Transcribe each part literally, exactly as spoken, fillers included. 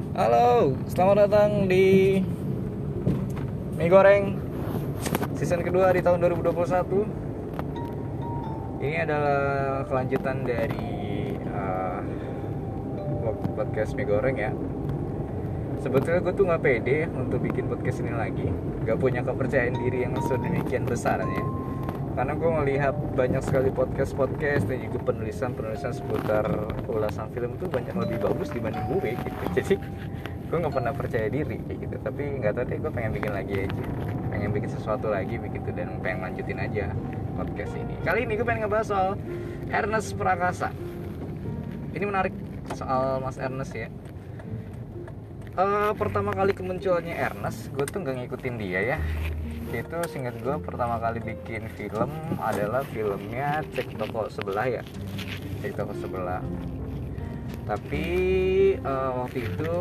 Halo, selamat datang di Mie Goreng season kedua di tahun dua ribu dua puluh satu. Ini adalah kelanjutan dari uh, podcast Mie Goreng ya. Sebetulnya gue tuh gak pede untuk bikin podcast ini lagi. Gak punya kepercayaan diri yang sedemikian besarnya, karena gue melihat banyak sekali podcast-podcast dan juga penulisan-penulisan seputar ulasan film itu banyak lebih bagus dibanding gue gitu. Jadi gue nggak pernah percaya diri kayak gitu. Tapi nggak tahu deh, gue pengen bikin lagi aja, pengen bikin sesuatu lagi begitu, dan pengen lanjutin aja podcast ini. Kali ini gue pengen ngebahas soal Ernest Prakasa. Ini menarik soal Mas Ernest ya. Uh, pertama kali kemunculannya Ernest, gue tuh nggak ngikutin dia ya. Dia itu seingat gue pertama kali bikin film adalah filmnya Cek Toko Sebelah ya, Cek Toko Sebelah. Tapi uh, waktu itu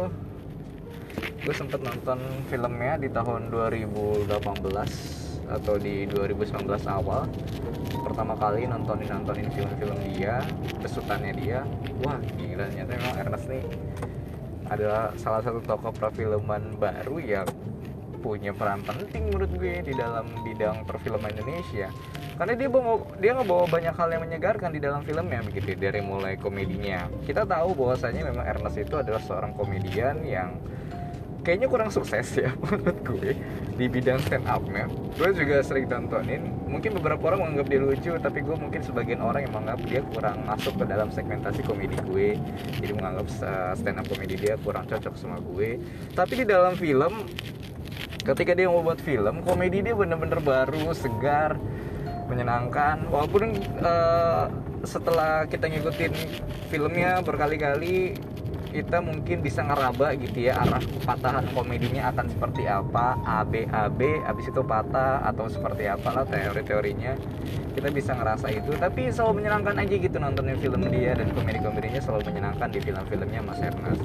gue sempet nonton filmnya di tahun dua ribu delapan belas atau di dua ribu sembilan belas awal. Pertama kali nontonin nontonin film-film dia, besutannya dia. Wah gila, ternyata memang Ernest nih adalah salah satu tokoh perfilman baru yang punya peran penting menurut gue di dalam bidang perfilman Indonesia, karena dia bawa, dia ngebawa banyak hal yang menyegarkan di dalam filmnya begitu. Dari mulai komedinya, kita tahu bahwasanya memang Ernest itu adalah seorang komedian yang kayaknya kurang sukses ya menurut gue di bidang stand up-nya. Gue juga sering tontonin, mungkin beberapa orang menganggap dia lucu, tapi gue mungkin sebagian orang yang menganggap dia kurang masuk ke dalam segmentasi komedi gue. Jadi menganggap stand up komedi dia kurang cocok sama gue. Tapi di dalam film, ketika dia mau buat film, komedi dia bener-bener baru, segar, menyenangkan. Walaupun uh, setelah kita ngikutin filmnya berkali-kali, kita mungkin bisa ngeraba gitu ya arah patahan komedinya akan seperti apa, A B A B, abis itu patah atau seperti apalah teori-teorinya. Kita bisa ngerasa itu, tapi selalu menyenangkan aja gitu nontonin film dia, dan komedi-komedinya selalu menyenangkan di film-filmnya Mas Ernest.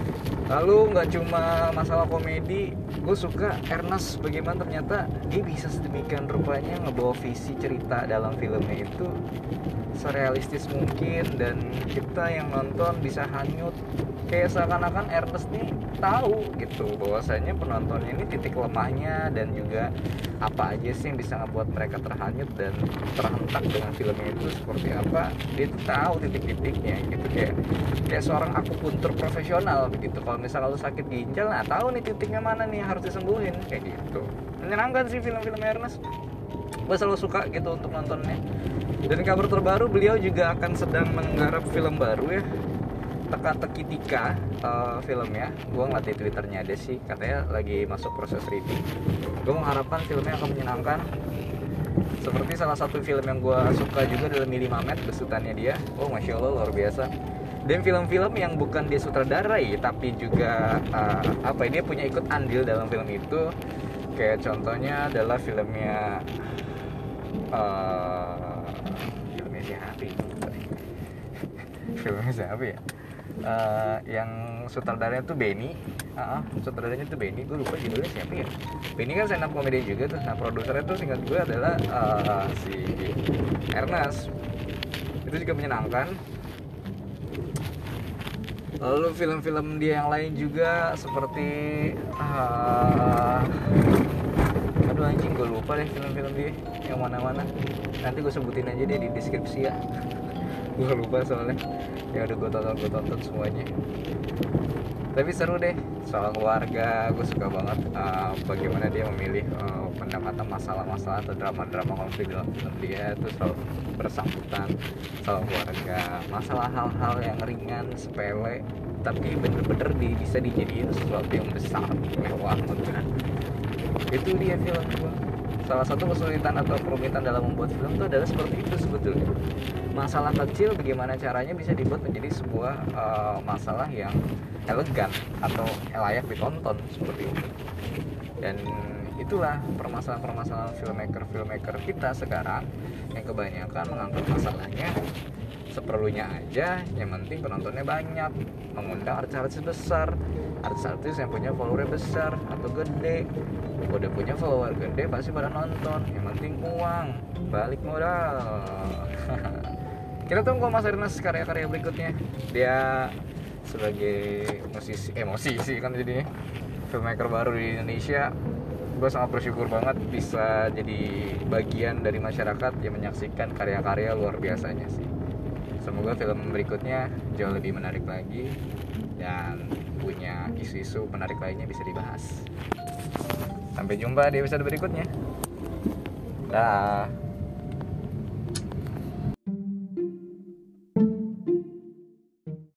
Lalu nggak cuma masalah komedi, gue suka Ernest bagaimana ternyata dia bisa sedemikian rupanya ngebawa visi cerita dalam filmnya itu serealistis mungkin, dan kita yang nonton bisa hanyut kayak seakan-akan Ernest nih tahu gitu bahwasanya penonton ini titik lemahnya dan juga apa aja sih yang bisa ngebuat mereka terhanyut dan terhentak dengan filmnya itu seperti apa. Dia tuh tahu titik-titiknya gitu, kayak kayak seorang akupuntur profesional begitu. Kalau misalnya lu sakit ginjal, nah tahu nih titiknya mana nih yang harus disembuhin kayak gitu. Menyenangkan sih film-film Ernest, gue selalu suka gitu untuk nontonnya. Dan kabar terbaru, beliau juga akan sedang menggarap film baru ya, Teka-teki Tika uh, filmnya. Gue ngeliat di twitternya ada sih, katanya lagi masuk proses reading. Gue mengharapkan filmnya akan menyenangkan, seperti salah satu film yang gue suka juga adalah Mili Mamet, besutannya dia. Oh masya Allah, luar biasa. Dan film-film yang bukan dia sutradarai tapi juga uh, apa dia punya ikut andil dalam film itu, kayak contohnya adalah filmnya uh, filmnya siapa ya? filmnya siapa ya? Uh, yang sutradaranya tuh Benny, uh, sutradaranya tuh Benny, gue lupa judulnya siapa ya. Benny kan stand up comedy juga tuh. Nah produsernya tuh singkat gue adalah uh, si Ernest. Itu juga menyenangkan. Lalu film-film dia yang lain juga seperti uh, aduh anjing gue lupa deh film-film dia yang mana-mana. Nanti gue sebutin aja deh di deskripsi ya. Gue lupa soalnya, ya udah gue tonton gue tonton semuanya. Tapi seru deh soal keluarga. Gue suka banget uh, bagaimana dia memilih uh, pendekatan masalah-masalah atau drama-drama konflik dalam film dia itu selalu bersangkutan soal keluarga, masalah hal-hal yang ringan sepele tapi bener-bener di, bisa dijadiin sesuatu yang besar mewah gitu. Itu dia film gue. Salah satu kesulitan atau kerumitan dalam membuat film itu adalah seperti itu sebetulnya. Masalah kecil bagaimana caranya bisa dibuat menjadi sebuah uh, masalah yang elegan atau layak ditonton seperti itu. Dan itulah permasalahan-permasalahan filmmaker-filmmaker kita sekarang yang kebanyakan mengangkat masalahnya seperlunya aja, yang penting penontonnya banyak, mengundang artis-artis besar, artis-artis yang punya follower besar atau gede. Udah punya follower gede pasti pada nonton, yang penting uang, balik modal. Kita tunggu Mas Ernest karya-karya berikutnya. Dia sebagai musisi, eh musisi kan jadi filmmaker baru di Indonesia. Gue sangat bersyukur banget bisa jadi bagian dari masyarakat yang menyaksikan karya-karya luar biasanya sih. Semoga film berikutnya jauh lebih menarik lagi dan punya isu-isu menarik lainnya bisa dibahas. Sampai jumpa di episode berikutnya. Dah.